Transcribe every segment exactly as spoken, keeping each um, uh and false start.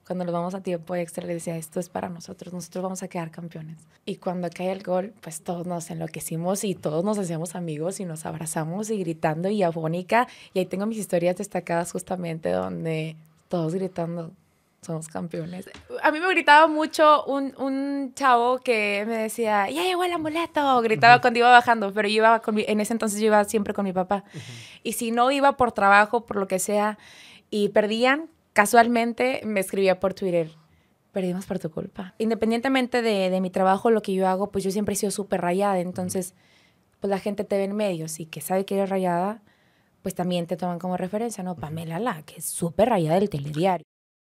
cuando nos vamos a tiempo extra, le decía, esto es para nosotros, nosotros vamos a quedar campeones. Y cuando cae el gol, pues todos nos enloquecimos y todos nos hacíamos amigos y nos abrazamos y gritando y afónica. Y ahí tengo mis historias destacadas justamente donde todos gritando, somos campeones. A mí me gritaba mucho un, un chavo que me decía, ya llegó el amuleto, gritaba uh-huh. cuando iba bajando, pero yo iba con mi, en ese entonces yo iba siempre con mi papá. Uh-huh. Y si no iba por trabajo, por lo que sea, y perdían, casualmente me escribía por Twitter, perdimos por tu culpa. Independientemente de, de mi trabajo, lo que yo hago, pues yo siempre he sido súper rayada, entonces pues la gente te ve en medios y que sabe que eres rayada, pues también te toman como referencia, ¿no? Pamela La, que es súper rayada del telediario.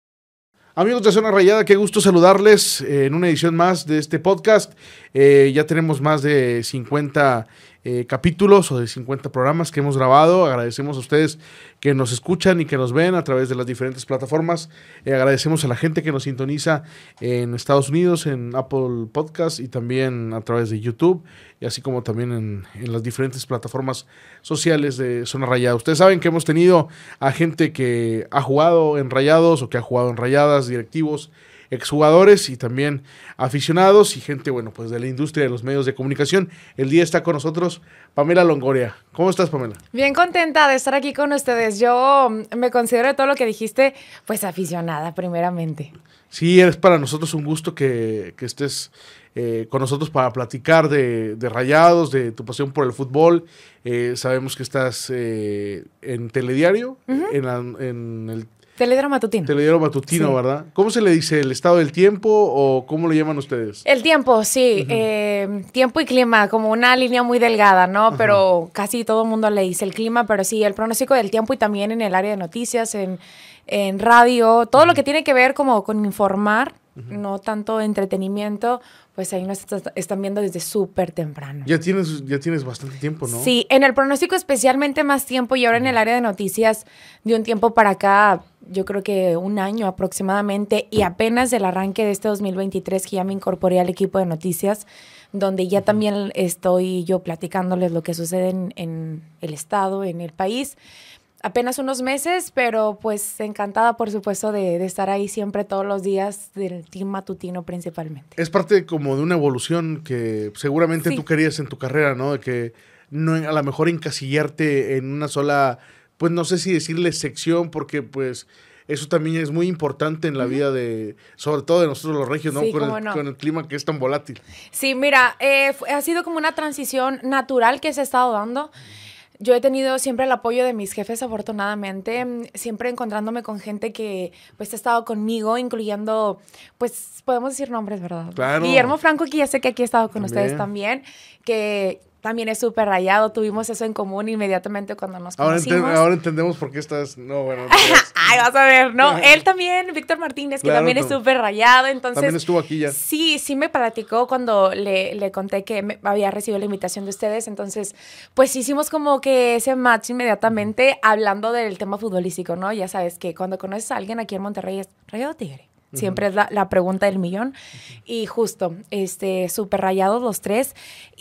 Amigos de Zona Rayada, qué gusto saludarles eh, en una edición más de este podcast. Eh, ya tenemos más de cincuenta eh, capítulos o de cincuenta programas que hemos grabado. Agradecemos a ustedes que nos escuchan y que nos ven a través de las diferentes plataformas. Eh, agradecemos a la gente que nos sintoniza en Estados Unidos, en Apple Podcast y también a través de YouTube, y así como también en, en las diferentes plataformas sociales de Zona Rayada. Ustedes saben que hemos tenido a gente que ha jugado en Rayados o que ha jugado en Rayadas, directivos, exjugadores y también aficionados y gente, bueno, pues de la industria de los medios de comunicación. El día está con nosotros Pamela Longoria. ¿Cómo estás, Pamela? Bien contenta de estar aquí con ustedes. Yo me considero de todo lo que dijiste, pues aficionada primeramente. Sí, es para nosotros un gusto que, que estés eh, con nosotros para platicar de, de Rayados, de tu pasión por el fútbol. Eh, sabemos que estás eh, en Telediario, uh-huh. en, la, en el Telediario Matutino. Telediario Matutino, sí. ¿Verdad? ¿Cómo se le dice? ¿El estado del tiempo o cómo lo llaman ustedes? El tiempo, sí. Uh-huh. Eh, tiempo y clima, como una línea muy delgada, ¿no? Uh-huh. Pero casi todo el mundo le dice el clima, pero sí, el pronóstico del tiempo y también en el área de noticias, en, en radio, todo uh-huh. lo que tiene que ver como con informar, uh-huh. no tanto entretenimiento, pues ahí nos est- están viendo desde súper temprano. Ya tienes, ya tienes bastante tiempo, ¿no? Sí, en el pronóstico especialmente más tiempo y ahora uh-huh. en el área de noticias de un tiempo para acá, yo creo que un año aproximadamente, y apenas del arranque de este dos mil veintitrés que ya me incorporé al equipo de noticias, donde ya uh-huh. también estoy yo platicándoles lo que sucede en, en el estado, en el país. Apenas unos meses, pero pues encantada, por supuesto, de, de estar ahí siempre todos los días del team matutino principalmente. Es parte como de una evolución que seguramente sí. tú querías en tu carrera, ¿no? De que no a lo mejor encasillarte en una sola, pues no sé si decirle sección, porque pues eso también es muy importante en la uh-huh. vida de, sobre todo de nosotros los regios, ¿no? Sí, con, el, no. con el clima que es tan volátil. Sí, mira, eh, ha sido como una transición natural que se ha estado dando. Yo he tenido siempre el apoyo de mis jefes, afortunadamente, siempre encontrándome con gente que pues ha estado conmigo, incluyendo, pues podemos decir nombres, ¿verdad? Claro. Guillermo Franco, que ya sé que aquí ha estado con también. ustedes también, que también es súper rayado, tuvimos eso en común inmediatamente cuando nos ahora conocimos. Ent- ahora entendemos por qué estás, no, bueno. No Ay, vas a ver, ¿no? Él también, Víctor Martínez, que claro, también es súper rayado, entonces. También estuvo aquí ya. Sí, sí me platicó cuando le, le conté que me, había recibido la invitación de ustedes, entonces, pues hicimos como que ese match inmediatamente hablando del tema futbolístico, ¿no? Ya sabes que cuando conoces a alguien aquí en Monterrey es Rayado Tigre. Siempre uh-huh. es la, la pregunta del millón. Uh-huh. Y justo, este, súper rayados los tres.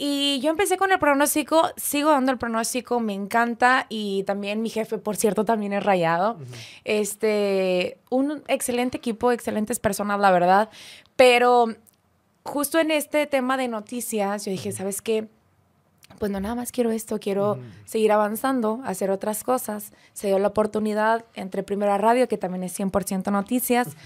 Y yo empecé con el pronóstico, sigo dando el pronóstico, me encanta. Y también mi jefe, por cierto, también es rayado. Uh-huh. Este, un excelente equipo, excelentes personas, la verdad. Pero justo en este tema de noticias, yo dije, ¿sabes qué? Pues no nada más quiero esto, quiero uh-huh. seguir avanzando, hacer otras cosas. Se dio la oportunidad entre Primera Radio, que también es cien por ciento noticias, uh-huh.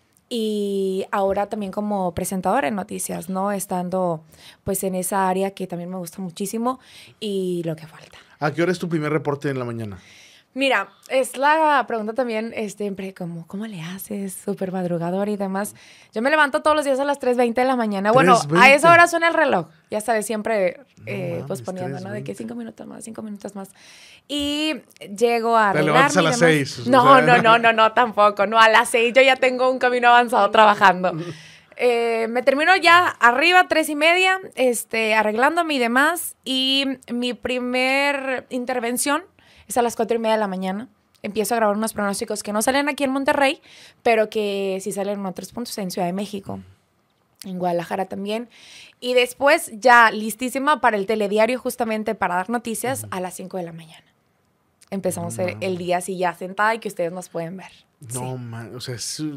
y ahora también como presentadora en noticias, ¿no? Estando pues en esa área que también me gusta muchísimo y lo que falta. ¿A qué hora es tu primer reporte en la mañana? Mira, es la pregunta también, este, siempre como, ¿cómo le haces? Súper madrugador y demás. Yo me levanto todos los días a las tres veinte de la mañana. Bueno, a esa hora suena el reloj. Ya sabes, siempre eh, no, posponiendo, ¿no? De que cinco minutos más, cinco minutos más. Y llego a arreglarme. Te levantas a las seis. No, no, no, no, no, tampoco. No, a las seis yo ya tengo un camino avanzado trabajando. Eh, me termino ya arriba, tres y media, este, arreglándome y demás. Y mi primer intervención es a las cuatro y media de la mañana. Empiezo a grabar unos pronósticos que no salen aquí en Monterrey, pero que sí salen en otros puntos, en Ciudad de México, en Guadalajara también. Y después ya listísima para el telediario, justamente para dar noticias, uh-huh. a las cinco de la mañana. Empezamos no, el, el día así ya sentada y que ustedes nos pueden ver. No, sí. man, o sea, es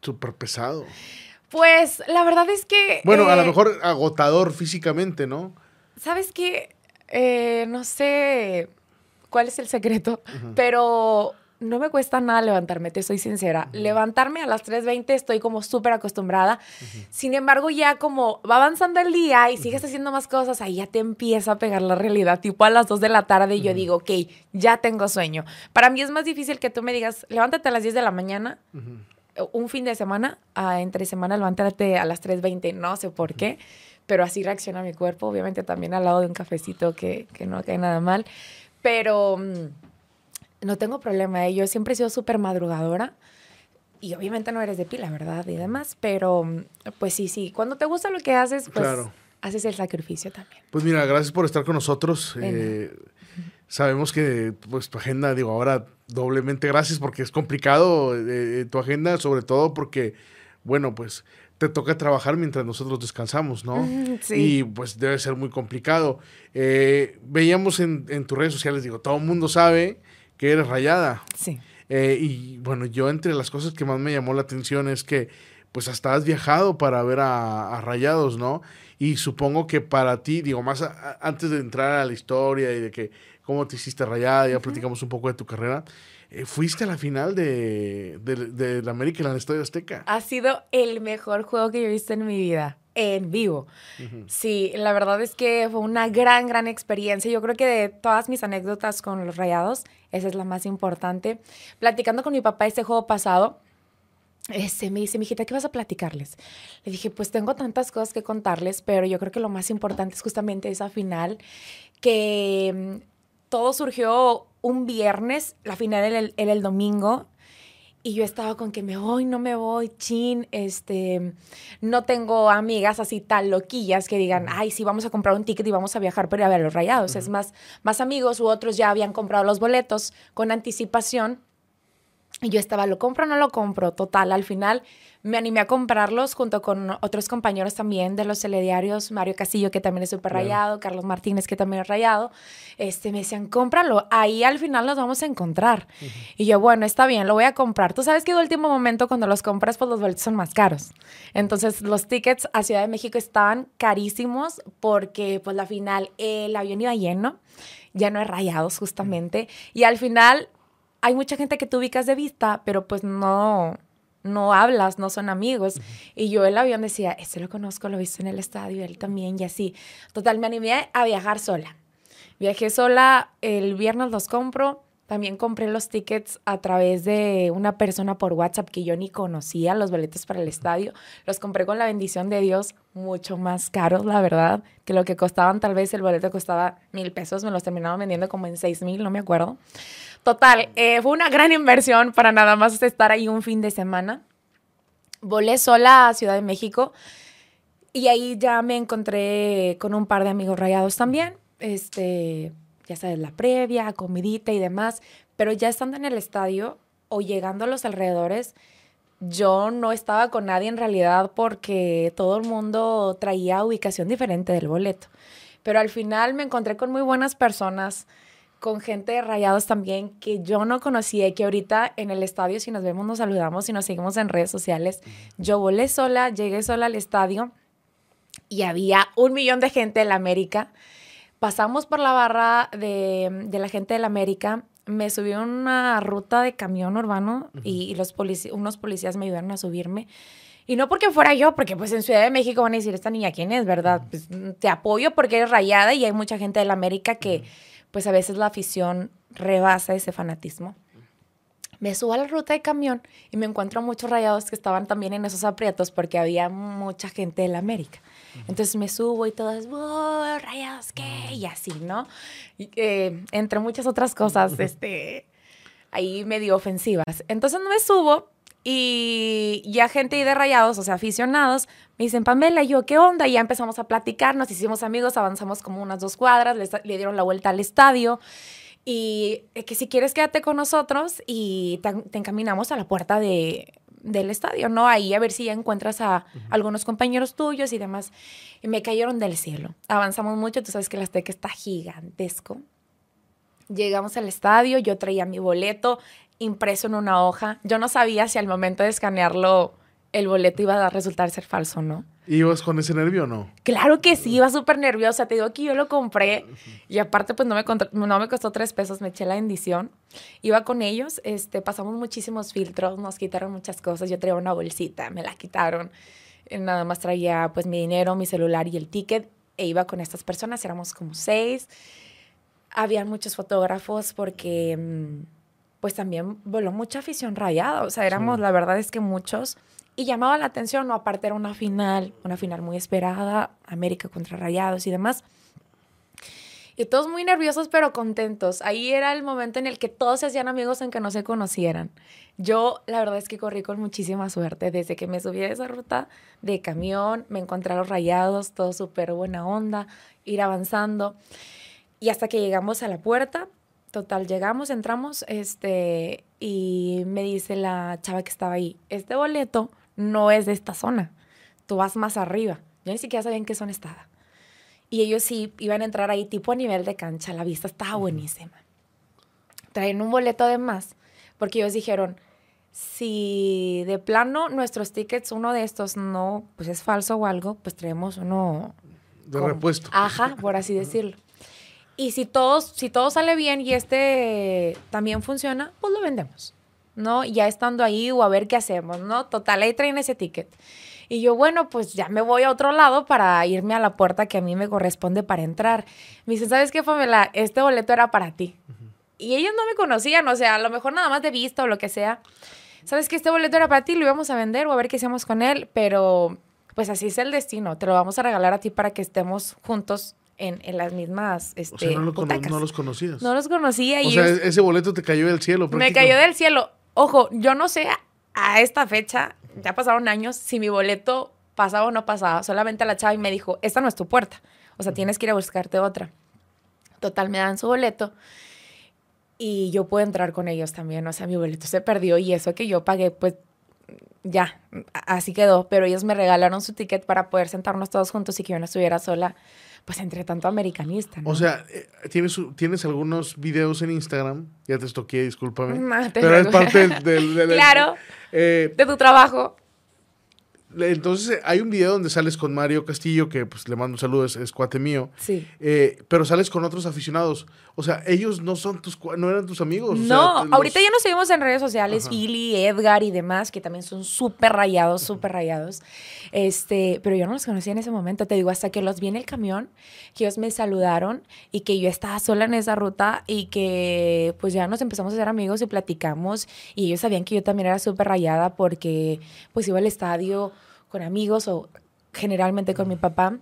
súper pesado. Pues la verdad es que... Bueno, eh, a lo mejor agotador físicamente, ¿no? ¿Sabes qué? Eh, no sé cuál es el secreto, uh-huh. pero no me cuesta nada levantarme, te soy sincera. Uh-huh. Levantarme a las tres veinte estoy como súper acostumbrada. Uh-huh. Sin embargo, ya como va avanzando el día y sigues uh-huh. haciendo más cosas, ahí ya te empieza a pegar la realidad. Tipo a las dos de la tarde y uh-huh. yo digo, ok, ya tengo sueño. Para mí es más difícil que tú me digas, levántate a las diez de la mañana, uh-huh. un fin de semana, uh, entre semana levántate a las tres veinte, no sé por qué. Pero así reacciona mi cuerpo, obviamente también al lado de un cafecito que, que no cae nada mal, pero mmm, no tengo problema, ¿eh? Yo siempre he sido súper madrugadora y obviamente no eres de pila, ¿verdad? Y demás, pero pues sí, sí, cuando te gusta lo que haces, pues claro. haces el sacrificio también. Pues mira, gracias por estar con nosotros. Eh, sabemos que pues tu agenda, digo, ahora doblemente gracias porque es complicado eh, tu agenda, sobre todo porque, bueno, pues... te toca trabajar mientras nosotros descansamos, ¿no? Mm, sí. Y pues debe ser muy complicado. Eh, veíamos en, en tus redes sociales, digo, todo el mundo sabe que eres Rayada. Sí. Eh, y bueno, yo entre las cosas que más me llamó la atención es que pues hasta has viajado para ver a, a Rayados, ¿no? Y supongo que para ti, digo, más a, a, antes de entrar a la historia y de que cómo te hiciste Rayada, ya uh-huh. platicamos un poco de tu carrera, Eh, fuiste a la final de, de, de la América en el Estadio Azteca. Ha sido el mejor juego que yo he visto en mi vida, en vivo. Uh-huh. Sí, la verdad es que fue una gran, gran experiencia. Yo creo que de todas mis anécdotas con los Rayados, esa es la más importante. Platicando con mi papá este juego pasado, este, me dice, mijita, ¿qué vas a platicarles? Le dije, pues tengo tantas cosas que contarles, pero yo creo que lo más importante es justamente esa final, que todo surgió un viernes, la final era el, era el domingo, y yo estaba con que me voy, no me voy, chin, este, no tengo amigas así tan loquillas que digan, ay, sí, vamos a comprar un ticket y vamos a viajar para ir a ver a los Rayados. Uh-huh. Es más, más amigos u otros ya habían comprado los boletos con anticipación, y yo estaba, ¿lo compro o no lo compro? Total, al final me animé a comprarlos junto con otros compañeros también de los telediarios, Mario Castillo, que también es súper claro. rayado, Carlos Martínez, que también es rayado. Este, me decían, cómpralo, ahí al final nos vamos a encontrar. Uh-huh. Y yo, bueno, está bien, lo voy a comprar. Tú sabes que de último momento cuando los compras, pues los boletos son más caros. Entonces, los tickets a Ciudad de México estaban carísimos porque, pues, la final, eh, el avión iba lleno, ya no es Rayados, justamente. Uh-huh. Y al final... hay mucha gente que tú ubicas de vista, pero pues no, no hablas, no son amigos. Uh-huh. Y yo el avión decía, este lo conozco, lo he visto en el estadio, él también, y así. Total, me animé a viajar sola. Viajé sola, el viernes los compro. También compré los tickets a través de una persona por WhatsApp que yo ni conocía, los boletos para el estadio. Los compré con la bendición de Dios, mucho más caros, la verdad, que lo que costaban. Tal vez el boleto costaba mil pesos, me los terminaron vendiendo como en seis mil, no me acuerdo. Total, eh, fue una gran inversión para nada más estar ahí un fin de semana. Volé sola a Ciudad de México y ahí ya me encontré con un par de amigos rayados también. Este, ya sabes, la previa, comidita y demás. Pero ya estando en el estadio o llegando a los alrededores, yo no estaba con nadie en realidad porque todo el mundo traía ubicación diferente del boleto. Pero al final me encontré con muy buenas personas, con gente de Rayados también que yo no conocía y que ahorita en el estadio, si nos vemos, nos saludamos y nos seguimos en redes sociales. Yo volé sola, llegué sola al estadio y había un millón de gente de la América. Pasamos por la barra de, de la gente de la América, me subí a una ruta de camión urbano uh-huh. y, y los polici- unos policías me ayudaron a subirme. Y no porque fuera yo, porque pues en Ciudad de México van a decir, esta niña, ¿quién es, verdad? Uh-huh. Pues te apoyo porque eres rayada y hay mucha gente de la América que... Uh-huh. pues a veces la afición rebasa ese fanatismo. Me subo a la ruta de camión y me encuentro a muchos rayados que estaban también en esos aprietos porque había mucha gente de la América. Uh-huh. Entonces me subo y todas, ¡oh, Rayados qué! Y así, ¿no? Y, eh, entre muchas otras cosas, este, ahí medio ofensivas. Entonces me subo y ya gente ahí de Rayados, o sea, aficionados, me dicen, Pamela, y yo, ¿qué onda? Y ya empezamos a platicar, nos hicimos amigos, avanzamos como unas dos cuadras, le, le dieron la vuelta al estadio y eh, que si quieres quédate con nosotros y te, te encaminamos a la puerta de, del estadio, ¿no? Ahí a ver si ya encuentras a uh-huh. algunos compañeros tuyos y demás. Y me cayeron del cielo. Avanzamos mucho, tú sabes que el Azteca está gigantesco. Llegamos al estadio, yo traía mi boleto impreso en una hoja. Yo no sabía si al momento de escanearlo el boleto iba a resultar ser falso, ¿no? ¿Y ibas con ese nervio o no? Claro que sí, iba súper nerviosa. Te digo que yo lo compré y aparte pues no me, contra- no me costó tres pesos, me eché la bendición. Iba con ellos, este, pasamos muchísimos filtros, nos quitaron muchas cosas. Yo traía una bolsita, me la quitaron. Eh, Nada más traía pues mi dinero, mi celular y el ticket e iba con estas personas, éramos como seis. Habían muchos fotógrafos porque mm, pues también voló mucha afición Rayada. O sea, éramos, Sí. la verdad es que muchos. Y llamaba la atención, ¿no? Aparte era una final, una final muy esperada, América contra Rayados y demás. Y todos muy nerviosos, pero contentos. Ahí era el momento en el que todos se hacían amigos aunque no se conocieran. Yo, la verdad es que corrí con muchísima suerte. Desde que me subí a esa ruta de camión, me encontré a los Rayados, todo súper buena onda, ir avanzando. Y hasta que llegamos a la puerta, total, llegamos, entramos, este, y me dice la chava que estaba ahí, este boleto no es de esta zona, tú vas más arriba. Yo ni siquiera sabía en qué zona estaba. Y ellos sí iban a entrar ahí tipo a nivel de cancha, la vista estaba buenísima. Traen un boleto de más, porque ellos dijeron, si de plano nuestros tickets, uno de estos no, pues es falso o algo, pues traemos uno... De con- repuesto. Ajá, por así decirlo. Y si todos, si todo sale bien y este también funciona, pues lo vendemos, ¿no? Ya estando ahí o a ver qué hacemos, ¿no? Total, ahí traen ese ticket. Y yo, bueno, pues ya me voy a otro lado para irme a la puerta que a mí me corresponde para entrar. Me dicen, ¿sabes qué, Pamela? Este boleto era para ti. Uh-huh. Y ellos no me conocían, o sea, a lo mejor nada más de vista o lo que sea. ¿Sabes qué? Este boleto era para ti, lo íbamos a vender o a ver qué hacemos con él, pero pues así es el destino. Te lo vamos a regalar a ti para que estemos juntos en, en las mismas este, o sea, no, lo cono- butacas. no los conocías. No los conocía. O y sea, ellos, ese boleto te cayó del cielo. me cayó del cielo. Ojo, yo no sé a, a esta fecha, ya pasaron años, si mi boleto pasaba o no pasaba. Solamente la chava y me dijo, esta no es tu puerta. O sea, tienes que ir a buscarte otra. Total, me dan su boleto y yo puedo entrar con ellos también. O sea, mi boleto se perdió y eso que yo pagué, pues ya, así quedó. Pero ellos me regalaron su ticket para poder sentarnos todos juntos y que yo no estuviera sola, pues entre tanto americanista, ¿no? O sea, eh, ¿tienes, tienes algunos videos en Instagram, ya te estoqué, discúlpame, No, te pero es preocupes. parte del... del, del Claro, eh, de tu trabajo. Entonces, hay un video donde sales con Mario Castillo, que pues le mando un saludo, es, es cuate mío. Sí. Eh, pero sales con otros aficionados. O sea, ellos no son tus, cua- no eran tus amigos. No, o sea, ahorita los- ya nos seguimos en redes sociales, Ajá. Philly, Edgar y demás, que también son súper rayados, súper rayados. Este, pero yo no los conocía en ese momento, te digo, hasta que los vi en el camión, que ellos me saludaron y que yo estaba sola en esa ruta y que pues ya nos empezamos a hacer amigos y platicamos y ellos sabían que yo también era súper rayada porque pues iba al estadio con amigos o generalmente con mi papá.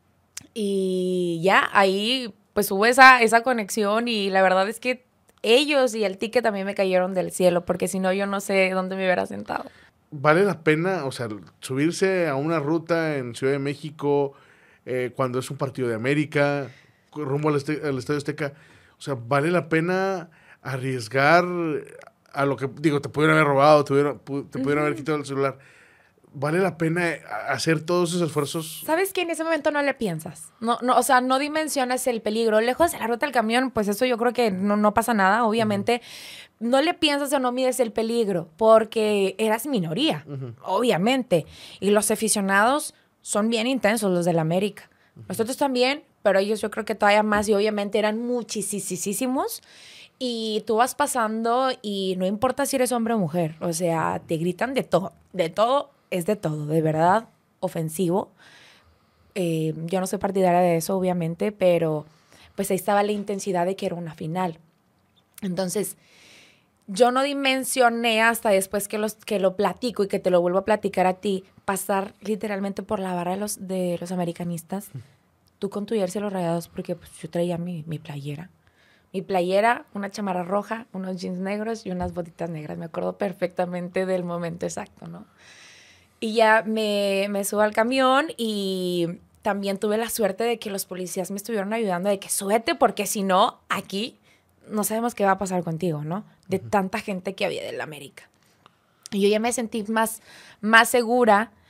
Y ya, ahí pues hubo esa, esa conexión y la verdad es que ellos y el ticket también me cayeron del cielo, porque si no yo no sé dónde me hubiera sentado. ¿Vale la pena, o sea, subirse a una ruta en Ciudad de México eh, cuando es un partido de América, rumbo al, este- al Estadio Azteca? O sea, ¿vale la pena arriesgar a lo que, digo, te pudieron haber robado, te pudieron, pu- te pudieron haber quitado el celular? ¿Vale la pena eh, hacer todos esos esfuerzos? ¿Sabes que en ese momento no le piensas? No, no, o sea, no dimensionas el peligro. Lejos de la ruta del camión, pues eso yo creo que no, no pasa nada, obviamente. Uh-huh. No le piensas o no mides el peligro, porque eras minoría, uh-huh. obviamente. Y los aficionados son bien intensos, los del América. Uh-huh. Nosotros también, pero ellos yo creo que todavía más, y obviamente eran muchísimos. Y tú vas pasando y no importa si eres hombre o mujer, o sea, te gritan de todo, de todo. Es de todo, de verdad, ofensivo. Eh, yo no soy partidaria de eso, obviamente, pero pues ahí estaba la intensidad de que era una final. Entonces, yo no dimensioné hasta después que, los, que lo platico y que te lo vuelvo a platicar a ti, pasar literalmente por la barra de los, de los americanistas, tú con tu jersey los Rayados, porque pues, yo traía mi, mi playera. Mi playera, una chamarra roja, unos jeans negros y unas botitas negras. Me acuerdo perfectamente del momento exacto, ¿no? Y ya me, me subo al camión y también tuve la suerte de que los policías me estuvieron ayudando, de que súbete, porque si no, aquí no sabemos qué va a pasar contigo, ¿no? De uh-huh. tanta gente que había del América. Y yo ya me sentí más, más segura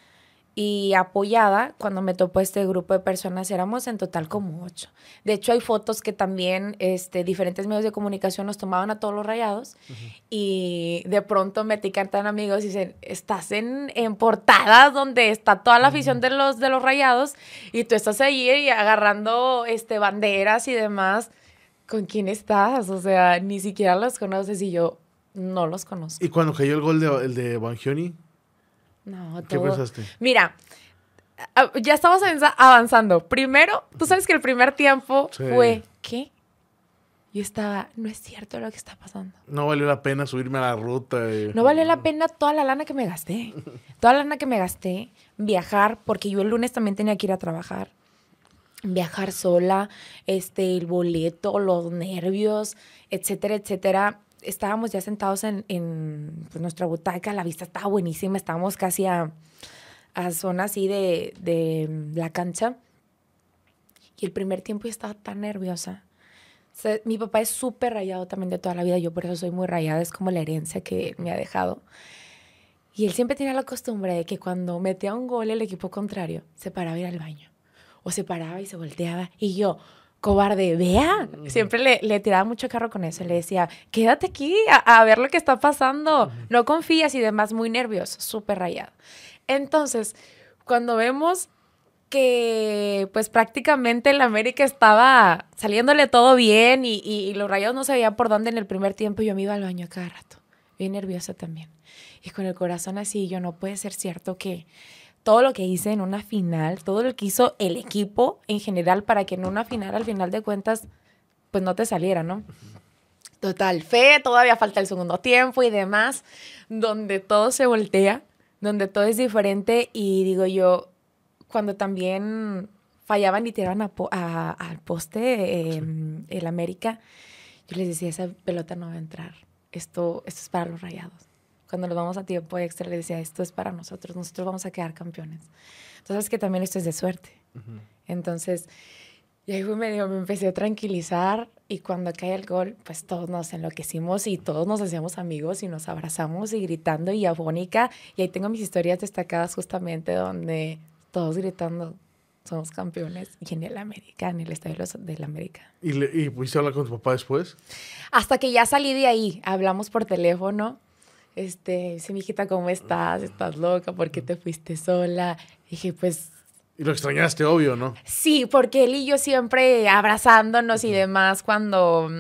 y apoyada, cuando me topó este grupo de personas, éramos en total como ocho. De hecho, hay fotos que también este, diferentes medios de comunicación nos tomaban a todos los Rayados uh-huh. y de pronto me etiquetan amigos y dicen, estás en, en portadas donde está toda la afición uh-huh. de, los, de los Rayados y tú estás ahí y agarrando este, banderas y demás. ¿Con quién estás? O sea, ni siquiera los conoces y yo no los conozco. ¿Y cuando cayó el gol de, el de Bangioni? No, ¿Qué todo. pensaste? Mira, ya estamos avanzando. Primero, tú sabes que el primer tiempo sí. fue, ¿qué? Yo estaba, no es cierto lo que está pasando. No valió la pena subirme a la ruta. Y... No valió la pena toda la lana que me gasté. Toda la lana que me gasté, viajar, porque yo el lunes también tenía que ir a trabajar. Viajar sola, este, el boleto, los nervios, etcétera, etcétera. Estábamos ya sentados en, en pues, nuestra butaca, la vista estaba buenísima, estábamos casi a, a zona así de, de la cancha. Y el primer tiempo yo estaba tan nerviosa. O sea, mi papá es súper rayado también de toda la vida, yo por eso soy muy rayada, es como la herencia que me ha dejado. Y él siempre tenía la costumbre de que cuando metía un gol el equipo contrario, se paraba a ir al baño. O se paraba y se volteaba. Y yo... cobarde, vea. Uh-huh. Siempre le, le tiraba mucho carro con eso. Le decía, quédate aquí a, a ver lo que está pasando. Uh-huh. No confías y demás, muy nervioso, súper rayado. Entonces, cuando vemos que pues prácticamente el América estaba saliéndole todo bien y, y, y los Rayados no sabían por dónde en el primer tiempo, yo me iba al baño a cada rato. Bien nerviosa también. Y con el corazón así, yo no puede ser cierto que todo lo que hice en una final, todo lo que hizo el equipo en general para que en una final, al final de cuentas, pues no te saliera, ¿no? Total, fe, todavía falta el segundo tiempo y demás, donde todo se voltea, donde todo es diferente y digo yo, cuando también fallaban y tiraban a po- a, al poste eh, sí. el América, yo les decía, esa pelota no va a entrar, esto, esto es para los Rayados. Cuando nos vamos a tiempo extra, le decía, esto es para nosotros, nosotros vamos a quedar campeones. Entonces, que también esto es de suerte. Uh-huh. Entonces, y ahí fue medio, me empecé a tranquilizar y cuando cae el gol, pues todos nos enloquecimos y todos nos hacíamos amigos y nos abrazamos y gritando y afónica. Y ahí tengo mis historias destacadas justamente donde todos gritando, somos campeones y en el América, en el estadio del América. ¿Y, le, y pudiste hablar con tu papá después? Hasta que ya salí de ahí, hablamos por teléfono. Este, dice, mi hijita, ¿cómo estás? ¿Estás loca? ¿Por qué te fuiste sola? Y dije, pues... Y lo extrañaste, obvio, ¿no? Sí, porque él y yo siempre abrazándonos uh-huh. y demás cuando,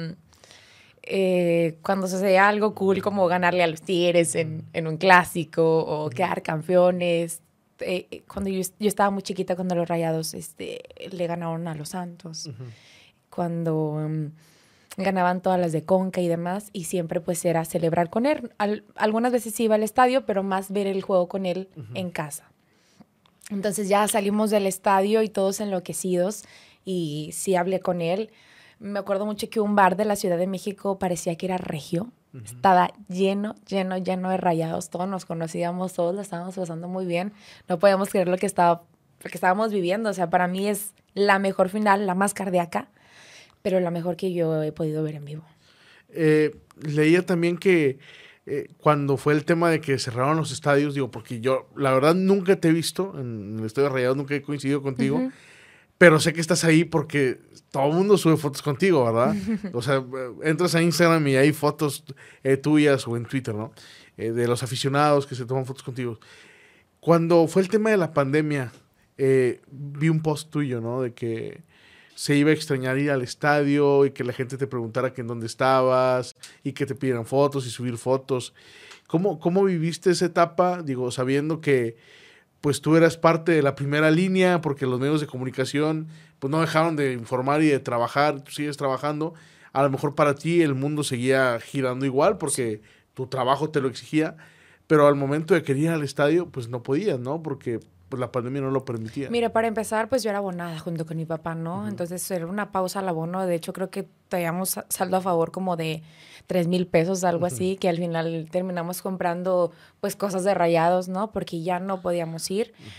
eh, cuando sucedía algo cool como ganarle a los Tigres en, en un clásico o uh-huh. quedar campeones. Eh, cuando yo, yo estaba muy chiquita, cuando los Rayados este, le ganaron a los Santos. Uh-huh. Cuando... Um, ganaban todas las de Conca y demás, y siempre pues era celebrar con él. Al, algunas veces iba al estadio, pero más ver el juego con él uh-huh. en casa. Entonces ya salimos del estadio y todos enloquecidos, y sí hablé con él. Me acuerdo mucho que un bar de la Ciudad de México parecía que era regio. Uh-huh. Estaba lleno, lleno, lleno de Rayados. Todos nos conocíamos, todos lo estábamos pasando muy bien. No podíamos creer lo que, estaba, lo que estábamos viviendo. O sea, para mí es la mejor final, la más cardíaca, pero la mejor que yo he podido ver en vivo. Eh, leía también que eh, cuando fue el tema de que cerraron los estadios, digo, porque yo, la verdad, nunca te he visto en el Estadio Rayados, nunca he coincidido contigo, uh-huh. pero sé que estás ahí porque todo el mundo sube fotos contigo, ¿verdad? O sea, entras a Instagram y hay fotos eh, tuyas o en Twitter, ¿no? Eh, de los aficionados que se toman fotos contigo. Cuando fue el tema de la pandemia, eh, vi un post tuyo, ¿no? De que se iba a extrañar ir al estadio y que la gente te preguntara que en dónde estabas y que te pidieran fotos y subir fotos. ¿Cómo, cómo viviste esa etapa? Digo, sabiendo que pues tú eras parte de la primera línea porque los medios de comunicación pues no dejaron de informar y de trabajar, tú sigues trabajando. A lo mejor para ti el mundo seguía girando igual porque tu trabajo te lo exigía, pero al momento de querer ir al estadio pues no podías, ¿no? Porque pues la pandemia no lo permitía. Mira, para empezar, pues yo era abonada junto con mi papá, ¿no? Uh-huh. Entonces era una pausa al abono. De hecho, creo que teníamos saldo a favor como de tres mil pesos, algo uh-huh. así, que al final terminamos comprando pues cosas de Rayados, ¿no? Porque ya no podíamos ir. Uh-huh.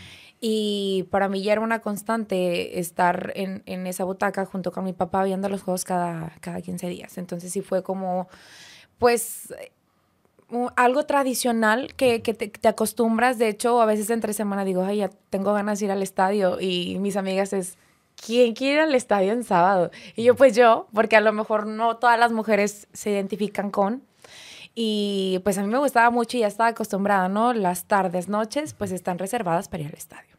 Y para mí ya era una constante estar en, en esa butaca junto con mi papá viendo los juegos cada, cada quince días. Entonces sí fue como, pues... uh, algo tradicional que, que te, te acostumbras. De hecho, a veces entre semana digo, ay, ya tengo ganas de ir al estadio. Y mis amigas es, ¿quién quiere ir al estadio en sábado? Y yo, pues yo, porque a lo mejor no todas las mujeres se identifican con. Y pues a mí me gustaba mucho y ya estaba acostumbrada, ¿no? Las tardes, noches, pues están reservadas para ir al estadio.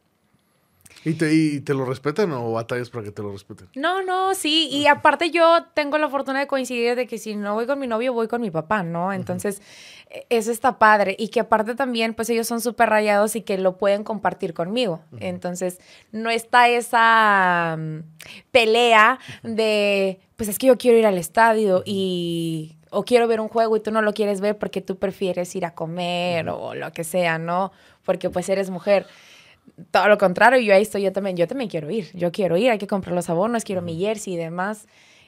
¿Y te, ¿Y te lo respetan o batallas para que te lo respeten? No, no, sí. Y aparte yo tengo la fortuna de coincidir de que si no voy con mi novio, voy con mi papá, ¿no? Entonces, uh-huh. eso está padre. Y que aparte también, pues ellos son súper rayados y que lo pueden compartir conmigo. Uh-huh. Entonces, no está esa um, pelea uh-huh. de, pues es que yo quiero ir al estadio uh-huh. y... o quiero ver un juego y tú no lo quieres ver porque tú prefieres ir a comer uh-huh. o lo que sea, ¿no? Porque pues eres mujer. Todo lo contrario, yo ahí estoy, yo también, yo también quiero ir. Yo quiero ir, hay que comprar los abonos, quiero uh-huh. mi jersey y demás.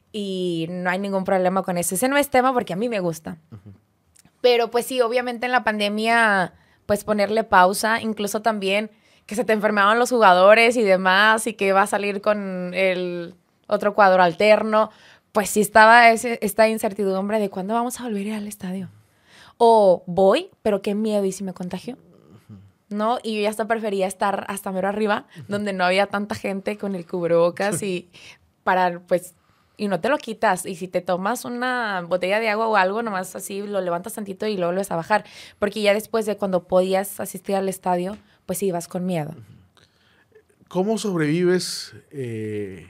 Y no hay ningún problema con eso. Ese no es tema porque a mí me gusta. Uh-huh. Pero pues sí, obviamente en la pandemia, pues ponerle pausa, incluso también que se te enfermaban los jugadores y demás y que va a salir con el otro cuadro alterno. Pues sí estaba ese, esta incertidumbre de cuándo vamos a volver a ir al estadio. O voy, pero qué miedo, ¿y si me contagio? ¿No? Y yo ya hasta prefería estar hasta mero arriba, uh-huh. donde no había tanta gente con el cubrebocas y para, pues, y no te lo quitas. Y si te tomas una botella de agua o algo, nomás así lo levantas tantito y luego lo vas a bajar. Porque ya después de cuando podías asistir al estadio, pues ibas con miedo. ¿Cómo sobrevives eh,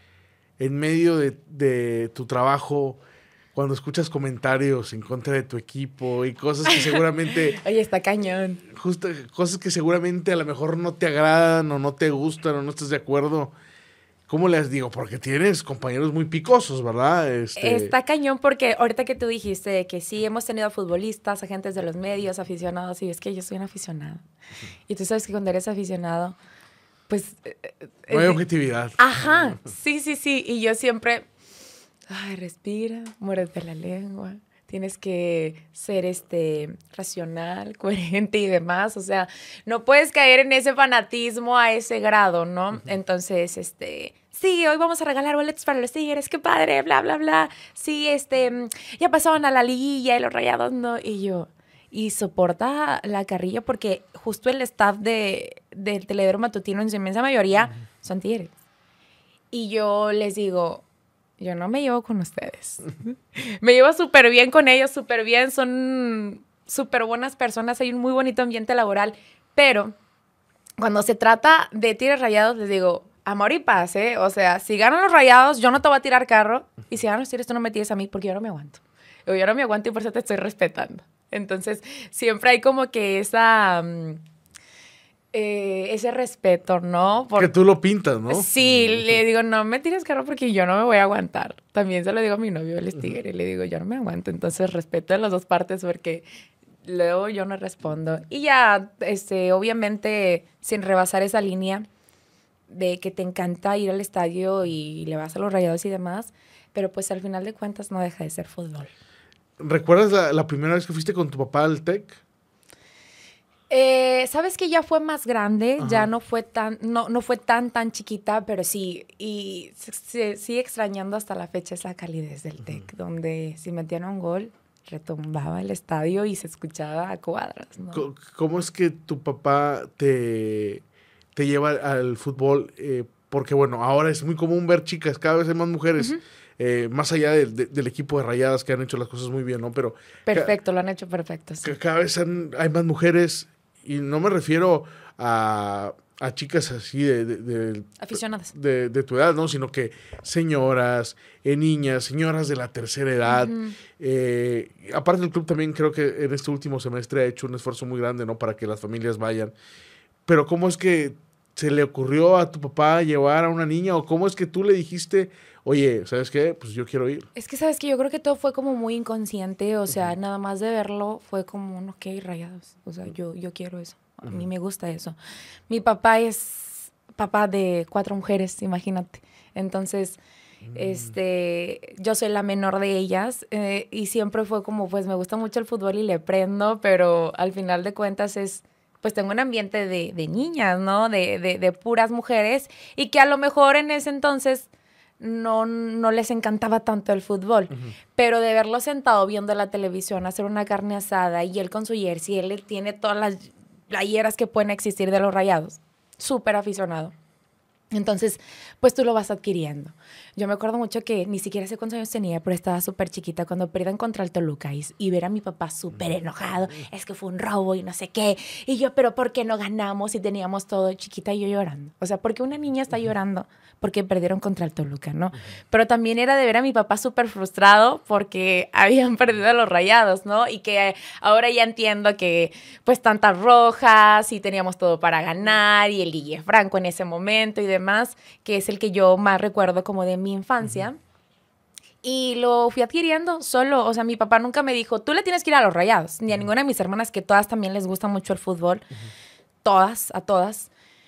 en medio de, de tu trabajo cuando escuchas comentarios en contra de tu equipo y cosas que seguramente... Oye, está cañón. Justo, cosas que seguramente a lo mejor no te agradan o no te gustan o no estás de acuerdo. ¿Cómo les digo? Porque tienes compañeros muy picosos, ¿verdad? Este... Está cañón porque ahorita que tú dijiste que sí, hemos tenido futbolistas, agentes de los medios, aficionados, y es que yo soy un aficionado. Uh-huh. Y tú sabes que cuando eres aficionado, pues... No hay objetividad. Ajá, sí, sí, sí. Y yo siempre... Ay, respira, muérdete la lengua. Tienes que ser este, racional, coherente y demás. O sea, no puedes caer en ese fanatismo a ese grado, ¿no? Uh-huh. Entonces, este... sí, hoy vamos a regalar boletos para los Tigres, qué padre, bla, bla, bla. Sí, este, ya pasaban a la liguilla y los Rayados, ¿no? Y yo, y soporta la carrilla porque justo el staff de, del Teledero Matutino en su inmensa mayoría uh-huh. son Tigres. Y yo les digo, yo no me llevo con ustedes. Me llevo súper bien con ellos, súper bien, son súper buenas personas, hay un muy bonito ambiente laboral, pero cuando se trata de Tigres Rayados, les digo, amor y paz, ¿eh? O sea, si ganan los Rayados, yo no te voy a tirar carro. Y si ganan los Tigres, tú no me tires a mí porque yo no me aguanto. Yo no me aguanto y por eso te estoy respetando. Entonces, siempre hay como que esa... Um, eh, ese respeto, ¿no? Por... que tú lo pintas, ¿no? Sí, le digo, no me tires carro porque yo no me voy a aguantar. También se lo digo a mi novio, él es tigre. Y le digo, yo no me aguanto. Entonces, respeto en las dos partes porque... luego yo no respondo. Y ya, este, obviamente, sin rebasar esa línea... de que te encanta ir al estadio y le vas a los Rayados y demás, pero pues al final de cuentas no deja de ser fútbol. ¿Recuerdas la, la primera vez que fuiste con tu papá al TEC? Eh, Sabes que ya fue más grande, ajá. ya no fue tan, no, no fue tan, tan chiquita, pero sí, y se, se sigue extrañando hasta la fecha esa calidez del TEC, uh-huh. donde si metían un gol, retumbaba el estadio y se escuchaba a cuadras, ¿no? ¿Cómo es que tu papá te... te lleva al fútbol? Eh, porque, bueno, ahora es muy común ver chicas, cada vez hay más mujeres, uh-huh. eh, más allá de, de, del equipo de Rayadas que han hecho las cosas muy bien, ¿no? Pero perfecto, ca- lo han hecho perfecto, sí. Cada vez han, hay más mujeres, y no me refiero a, a chicas así de... de, de aficionadas. De, de tu edad, ¿no? Sino que señoras, eh, niñas, señoras de la tercera edad. Uh-huh. Eh, aparte del club también creo que en este último semestre ha hecho un esfuerzo muy grande, ¿no? Para que las familias vayan. Pero ¿cómo es que se le ocurrió a tu papá llevar a una niña? ¿O cómo es que tú le dijiste, oye, ¿sabes qué? Pues yo quiero ir. Es que, ¿sabes qué? Yo creo que todo fue como muy inconsciente. O sea, uh-huh. nada más de verlo fue como, un, ok, Rayados. O sea, yo, yo quiero eso. A uh-huh. mí me gusta eso. Mi papá es papá de cuatro mujeres, imagínate. Entonces, uh-huh. este, yo soy la menor de ellas. Eh, y siempre fue como, pues me gusta mucho el fútbol y le prendo. Pero al final de cuentas es... pues tengo un ambiente de, de niñas, ¿no? De, de, de puras mujeres y que a lo mejor en ese entonces no, no les encantaba tanto el fútbol. Uh-huh. Pero de verlo sentado viendo la televisión, hacer una carne asada y él con su jersey, él tiene todas las playeras que pueden existir de los Rayados. Súper aficionado. Entonces, pues tú lo vas adquiriendo. Yo me acuerdo mucho que ni siquiera sé cuántos años tenía, pero estaba súper chiquita cuando perdieron contra el Toluca y, y ver a mi papá súper enojado, es que fue un robo y no sé qué. Y yo, pero ¿por qué no ganamos y teníamos todo? Chiquita y yo llorando. O sea, ¿por qué una niña está llorando? Porque perdieron contra el Toluca, ¿no? Pero también era de ver a mi papá súper frustrado porque habían perdido a los Rayados, ¿no? Y que ahora ya entiendo que pues tantas rojas y teníamos todo para ganar y el Guille Franco en ese momento y demás, que es el que yo más recuerdo como de mi infancia. Uh-huh. Y lo fui adquiriendo solo. O sea, mi papá nunca me dijo, tú le tienes que ir a los Rayados. Ni a ninguna de mis hermanas, que todas también les gusta mucho el fútbol. Uh-huh. Todas, a todas.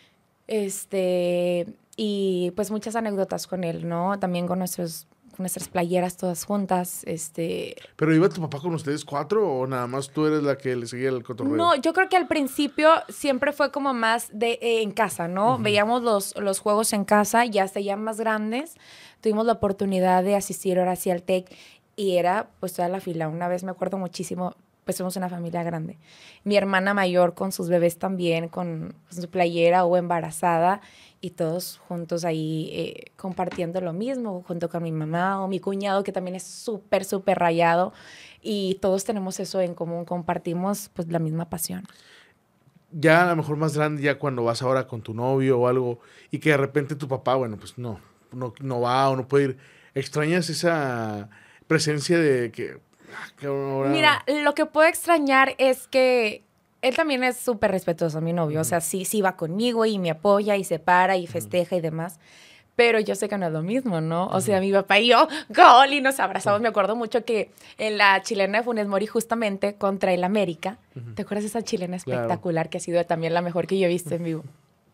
Este... Y pues muchas anécdotas con él, ¿no? También con, nuestros, con nuestras playeras todas juntas. Este... ¿Pero iba tu papá con ustedes cuatro o nada más tú eres la que le seguía el cotorreo? No, yo creo que al principio siempre fue como más de eh, en casa, ¿no? Uh-huh. Veíamos los, los juegos en casa y hasta ya más grandes tuvimos la oportunidad de asistir ahora sí al TEC y era pues toda la fila. Una vez me acuerdo muchísimo, pues somos una familia grande. Mi hermana mayor con sus bebés también, con, con su playera o embarazada, y todos juntos ahí eh, compartiendo lo mismo, junto con mi mamá o mi cuñado, que también es súper, súper rayado, y todos tenemos eso en común, compartimos pues la misma pasión. Ya a lo mejor más grande, ya cuando vas ahora con tu novio o algo, y que de repente tu papá, bueno, pues no, no, no va o no puede ir, ¿extrañas esa presencia de que... que ahora... Mira, lo que puedo extrañar es que él también es súper respetuoso, mi novio. Uh-huh. O sea, sí, sí va conmigo y me apoya y se para y festeja uh-huh. y demás. Pero yo sé que no es lo mismo, ¿no? O uh-huh. sea, mi papá y yo, gol, y nos abrazamos. Uh-huh. Me acuerdo mucho que en la chilena de Funes Mori, justamente contra el América, uh-huh. ¿te acuerdas de esa chilena espectacular, claro, que ha sido también la mejor que yo he visto en vivo?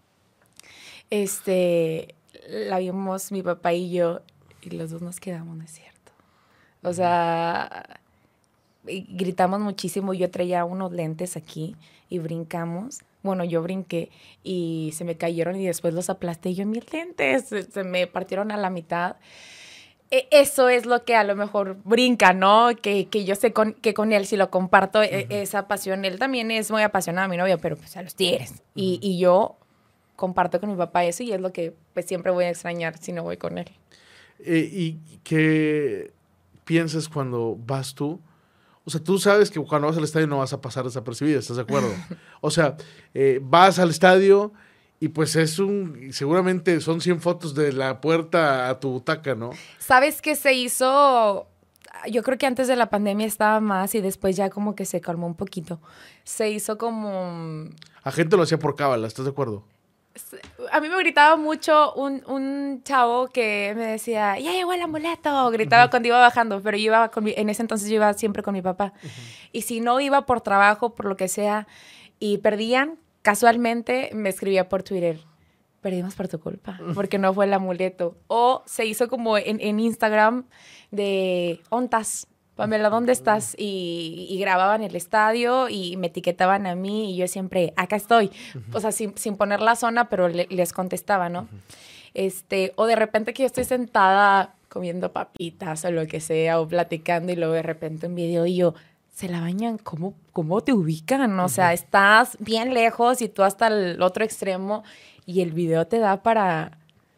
Este, la vimos mi papá y yo, y los dos nos quedamos, ¿no es cierto? O sea... Y gritamos muchísimo, yo traía unos lentes aquí y brincamos, bueno, yo brinqué y se me cayeron y después los aplasté y yo, mis lentes, se, se me partieron a la mitad. E- eso es lo que a lo mejor brinca, ¿no? Que, que yo sé con, que con él si lo comparto, uh-huh. e- esa pasión, él también es muy apasionado, mi novio, pero pues a los tigres. Uh-huh. Y, y yo comparto con mi papá eso y es lo que pues siempre voy a extrañar si no voy con él. Eh, ¿Y qué piensas cuando vas tú? O sea, tú sabes que cuando vas al estadio no vas a pasar desapercibida, ¿estás de acuerdo? O sea, eh, vas al estadio y pues es un... Seguramente son cien fotos de la puerta a tu butaca, ¿no? ¿Sabes qué se hizo? Yo creo que antes de la pandemia estaba más y después ya como que se calmó un poquito. Se hizo como... A gente lo hacía por cábala, ¿estás de acuerdo? A mí me gritaba mucho un, un chavo que me decía, ya llegó el amuleto, gritaba uh-huh. cuando iba bajando, pero yo iba con mi, en ese entonces yo iba siempre con mi papá. Uh-huh. Y si no iba por trabajo, por lo que sea, y perdían, casualmente me escribía por Twitter, perdimos por tu culpa, porque no fue el amuleto. O se hizo como en, en Instagram de ontas. Pamela, ¿dónde estás? Y, y grababan el estadio y me etiquetaban a mí y yo siempre, acá estoy. Uh-huh. O sea, sin, sin poner la zona, pero le, les contestaba, ¿no? Uh-huh. Este, o de repente que yo estoy sentada comiendo papitas o lo que sea, o platicando y luego de repente un video y yo, se la bañan, ¿cómo, cómo te ubican? O uh-huh. sea, estás bien lejos y tú hasta el otro extremo y el video te da para...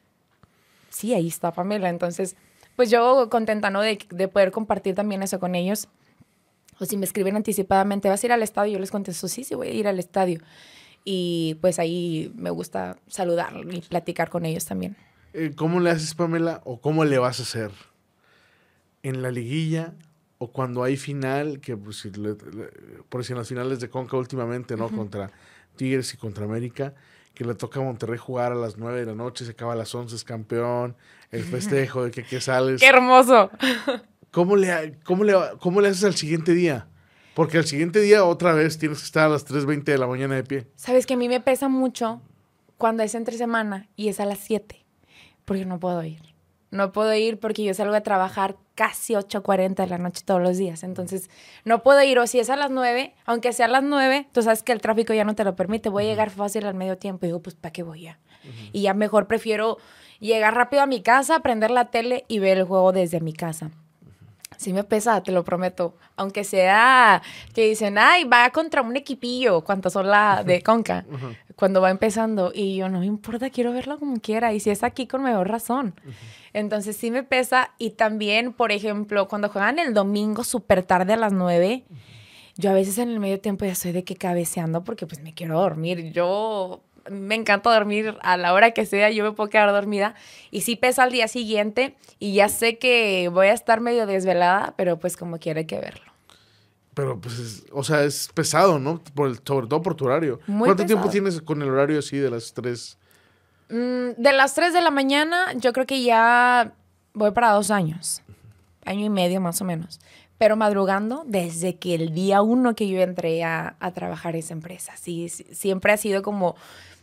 Sí, ahí está Pamela, entonces... Pues yo contenta, ¿no? De, de poder compartir también eso con ellos. O si me escriben anticipadamente, ¿vas a ir al estadio? Yo les contesto, sí, sí voy a ir al estadio. Y pues ahí me gusta saludar y platicar con ellos también. ¿Cómo le haces, Pamela? ¿O cómo le vas a hacer? ¿En la liguilla? ¿O cuando hay final? Que pues, si le, le, por si en las finales de Conca últimamente, ¿no? Uh-huh. Contra Tigres y contra América, que le toca a Monterrey jugar a las nueve de la noche, se acaba a las once, es campeón, el festejo de que, que sales. ¡Qué hermoso! ¿Cómo le, cómo, le, ¿Cómo le haces al siguiente día? Porque al siguiente día otra vez tienes que estar a las tres veinte de la mañana de pie. Sabes que a mí me pesa mucho cuando es entre semana y es a las siete, porque no puedo ir. No puedo ir porque yo salgo a trabajar casi ocho cuarenta de la noche todos los días. Entonces, no puedo ir. O si es a las nueve, aunque sea a las nueve, tú sabes que el tráfico ya no te lo permite. Voy a llegar fácil al medio tiempo. Y digo, pues, ¿para qué voy ya? Uh-huh. Y ya mejor prefiero llegar rápido a mi casa, prender la tele y ver el juego desde mi casa. Sí me pesa, te lo prometo. Aunque sea que dicen, ay, va contra un equipillo, cuántas son la de Conca, uh-huh. cuando va empezando. Y yo, no me importa, quiero verlo como quiera. Y si es aquí, con mejor razón. Uh-huh. Entonces sí me pesa. Y también, por ejemplo, cuando juegan el domingo súper tarde a las nueve, uh-huh. yo a veces en el medio tiempo ya soy de que cabeceando porque pues me quiero dormir. Yo... me encanta dormir a la hora que sea, yo me puedo quedar dormida y sí pesa al día siguiente y ya sé que voy a estar medio desvelada, pero pues como quiera hay que verlo. Pero pues, es, o sea, es pesado, ¿no? Por el, sobre todo por tu horario. Muy ¿Cuánto pesado. tiempo tienes con el horario así de las tres? Mm, de las tres de la mañana yo creo que ya voy para dos años, año y medio más o menos. Pero madrugando desde que el día uno que yo entré a, a trabajar en esa empresa. Sí, sí, siempre ha sido como...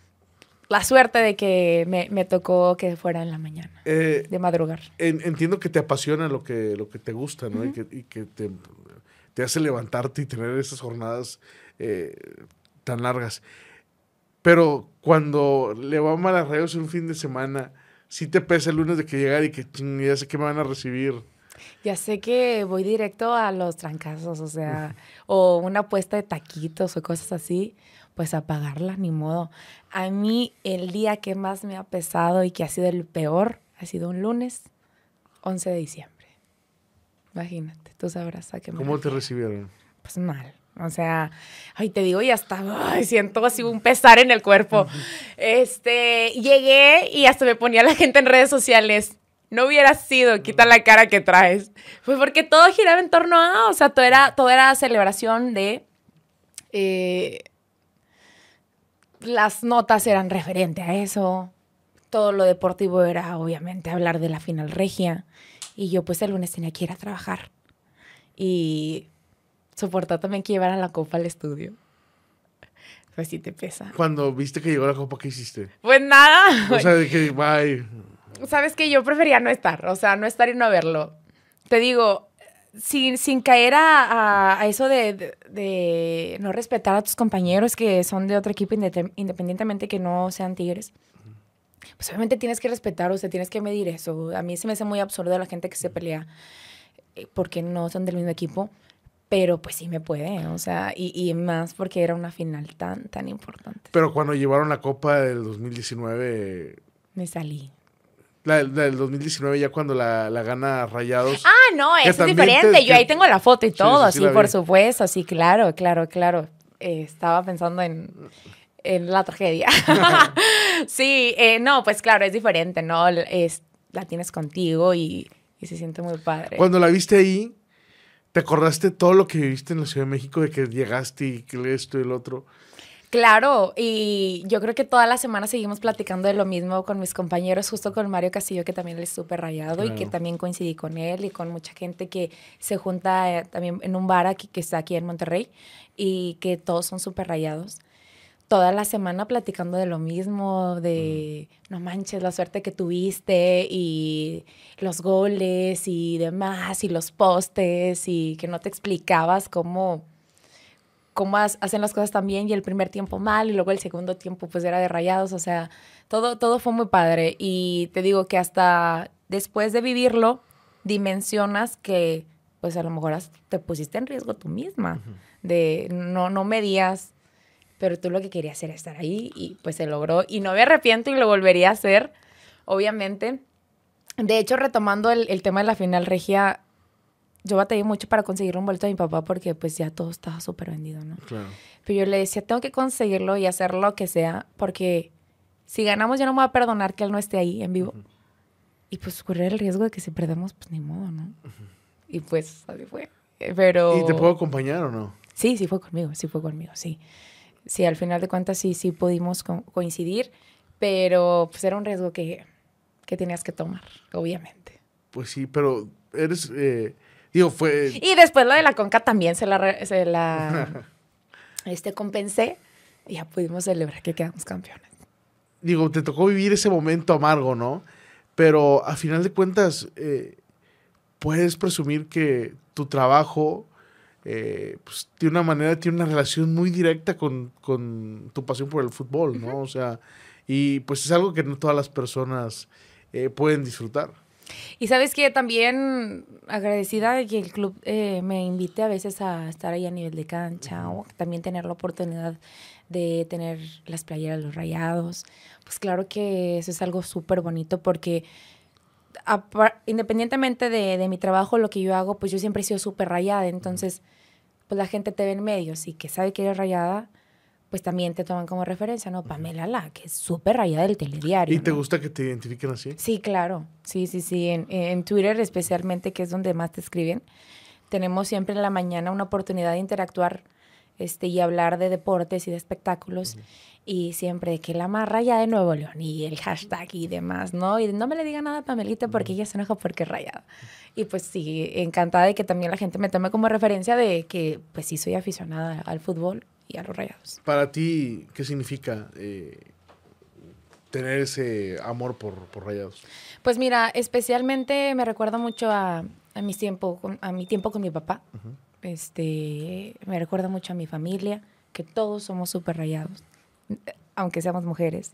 la suerte de que me, me tocó que fuera en la mañana, eh, de madrugar. En, entiendo que te apasiona lo que, lo que te gusta, ¿no? Uh-huh. Y que, y que te, te hace levantarte y tener esas jornadas eh, tan largas. Pero cuando le va mal a Rayos un fin de semana, sí te pesa el lunes de que llegar y que ching, ya sé que me van a recibir. Ya sé que voy directo a los trancazos, o sea, uh-huh. o una apuesta de taquitos o cosas así. Pues a pagarla, ni modo. A mí el día que más me ha pesado y que ha sido el peor ha sido un lunes, once de diciembre. Imagínate, tú sabrás a qué me ¿Cómo refiero. te recibieron? Pues mal. O sea, ay, te digo, y hasta ay, siento así un pesar en el cuerpo. Uh-huh. Este, llegué y hasta me ponía la gente en redes sociales. No hubiera sido, quita la cara que traes. Pues porque todo giraba en torno a, o sea, todo era, todo era celebración de... Eh, las notas eran referente a eso. Todo lo deportivo era, obviamente, hablar de la final regia. Y yo, pues, el lunes tenía que ir a trabajar. Y soportar también que llevaran la copa al estudio. Pues sí te pesa. Cuando viste que llegó la copa, ¿qué hiciste? Pues nada. O sea, de que, bye. Sabes que yo prefería no estar. O sea, no estar y no verlo. Te digo... Sin, sin caer a, a, a eso de, de, de no respetar a tus compañeros que son de otro equipo independientemente que no sean Tigres, pues obviamente tienes que respetar, o sea, tienes que medir eso. A mí se me hace muy absurdo la gente que se pelea porque no son del mismo equipo, pero pues sí me puede, o sea, y, y más porque era una final tan, tan importante. Pero cuando llevaron la Copa del dos mil diecinueve... Me salí. La, la del dos mil diecinueve ya cuando la, la gana Rayados. Ah, no, eso es diferente. Te, Yo que, ahí tengo la foto y todo, sí, sí, sí, sí por supuesto. Sí, claro, claro, claro. Eh, estaba pensando en, en la tragedia. sí, eh, no, pues claro, es diferente, ¿no? Es, la tienes contigo y, y se siente muy padre. Cuando la viste ahí, ¿te acordaste todo lo que viviste en la Ciudad de México? De que llegaste y que esto y el otro. Claro, y yo creo que toda la semana seguimos platicando de lo mismo con mis compañeros, justo con Mario Castillo, que también es súper rayado, claro. Y que también coincidí con él y con mucha gente que se junta eh, también en un bar aquí, que está aquí en Monterrey y que todos son súper rayados. Toda la semana platicando de lo mismo, de mm. no manches la suerte que tuviste y los goles y demás y los postes y que no te explicabas cómo... cómo hacen las cosas tan bien y el primer tiempo mal y luego el segundo tiempo pues era de Rayados, o sea, todo, todo fue muy padre y te digo que hasta después de vivirlo dimensionas que pues a lo mejor te pusiste en riesgo tú misma, uh-huh. de no, no medías, pero tú lo que querías era estar ahí y pues se logró y no me arrepiento y lo volvería a hacer, obviamente. De hecho, retomando el, el tema de la final regia, yo batallé mucho para conseguir un boleto de mi papá porque pues ya todo estaba súper vendido, ¿no? Claro. Pero yo le decía, tengo que conseguirlo y hacer lo que sea porque si ganamos yo no me voy a perdonar que él no esté ahí en vivo. Uh-huh. Y pues correr el riesgo de que si perdemos, pues ni modo, ¿no? Uh-huh. Y pues así fue. Pero... ¿Y te puedo acompañar o no? Sí, sí fue conmigo, sí fue conmigo, sí. Sí, al final de cuentas sí, sí pudimos co- coincidir, pero pues era un riesgo que, que tenías que tomar, obviamente. Pues sí, pero eres... Eh... Digo, fue... Y después lo de la Conca también se la, re, se la este, compensé y ya pudimos celebrar que quedamos campeones. Digo, te tocó vivir ese momento amargo, ¿no? pero a final de cuentas eh, puedes presumir que tu trabajo eh, pues, de una manera tiene una relación muy directa con, con tu pasión por el fútbol, ¿no? Uh-huh. O sea, y pues es algo que no todas las personas eh, pueden disfrutar. Y sabes que también agradecida de que el club eh, me invite a veces a estar ahí a nivel de cancha, uh-huh. o también tener la oportunidad de tener las playeras de los Rayados. Pues claro que eso es algo súper bonito porque apar- independientemente de, de mi trabajo, lo que yo hago, pues yo siempre he sido súper rayada. Entonces, pues la gente te ve en medios y que sabe que eres rayada, pues también te toman como referencia, ¿no? Pamela La, que es súper rayada del telediario. ¿Y te ¿no? gusta que te identifiquen así? Sí, claro. Sí, sí, sí. En, en Twitter especialmente, que es donde más te escriben, tenemos siempre en la mañana una oportunidad de interactuar este, y hablar de deportes y de espectáculos. Uh-huh. Y siempre que la más rayada de Nuevo León y el hashtag y demás, ¿no? Y no me le diga nada a Pamelita porque uh-huh. ella se enoja porque es rayada. Y pues sí, encantada de que también la gente me tome como referencia de que pues sí soy aficionada al fútbol y a los Rayados. Para ti, ¿qué significa eh, tener ese amor por, por Rayados? Pues mira, especialmente me recuerda mucho a, a, mis tiempo, a mi tiempo con mi papá. Uh-huh. Este, me recuerda mucho a mi familia, que todos somos súper rayados, aunque seamos mujeres.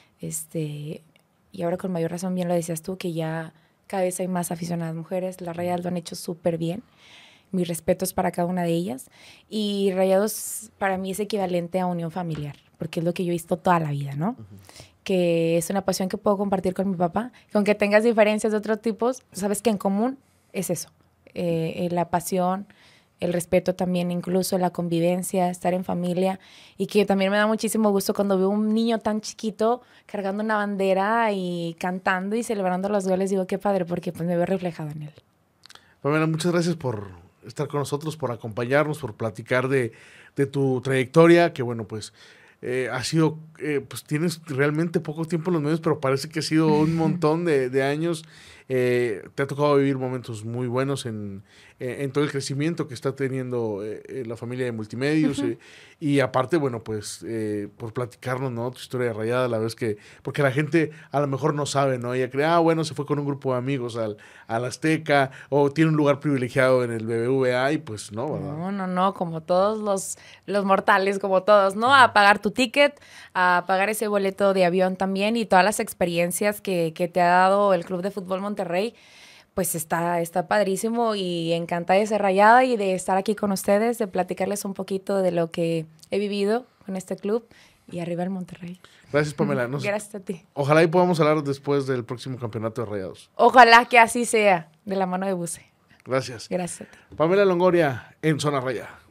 Este, y ahora con mayor razón, bien lo decías tú, que ya cada vez hay más aficionadas mujeres. Las Rayadas lo han hecho súper bien. Mis respetos para cada una de ellas. Y Rayados para mí es equivalente a unión familiar, porque es lo que yo he visto toda la vida, ¿no? Uh-huh. Que es una pasión que puedo compartir con mi papá. Que aunque tengas diferencias de otros tipos, sabes que en común es eso. Eh, la pasión, el respeto también, incluso la convivencia, estar en familia. Y que también me da muchísimo gusto cuando veo un niño tan chiquito cargando una bandera y cantando y celebrando los goles. Digo, qué padre, porque pues me veo reflejado en él. Pamela, muchas gracias por estar con nosotros, por acompañarnos, por platicar de, de tu trayectoria, que bueno, pues eh, ha sido, eh, pues tienes realmente poco tiempo en los medios, pero parece que ha sido un montón de, de años. Eh, te ha tocado vivir momentos muy buenos en, en, en todo el crecimiento que está teniendo eh, la familia de Multimedios. Uh-huh. eh, y aparte, bueno, pues eh, por platicarnos, ¿no? Tu historia de Rayada, la vez que, porque la gente a lo mejor no sabe, ¿no? Ella cree, ah, bueno, se fue con un grupo de amigos al, al Azteca o tiene un lugar privilegiado en el B B V A y pues no, ¿verdad? No, no, no, como todos los, los mortales, como todos, ¿no? A pagar tu ticket, a pagar ese boleto de avión también y todas las experiencias que, que te ha dado el Club de Fútbol Monterrey. Pues está, está padrísimo y encantada de ser Rayada y de estar aquí con ustedes, de platicarles un poquito de lo que he vivido con este club y arriba el Monterrey. Gracias, Pamela. Nos, Gracias a ti. Ojalá y podamos hablar después del próximo campeonato de Rayados. Ojalá que así sea, de la mano de Buse. Gracias. Gracias a ti. Pamela Longoria en Zona Rayada.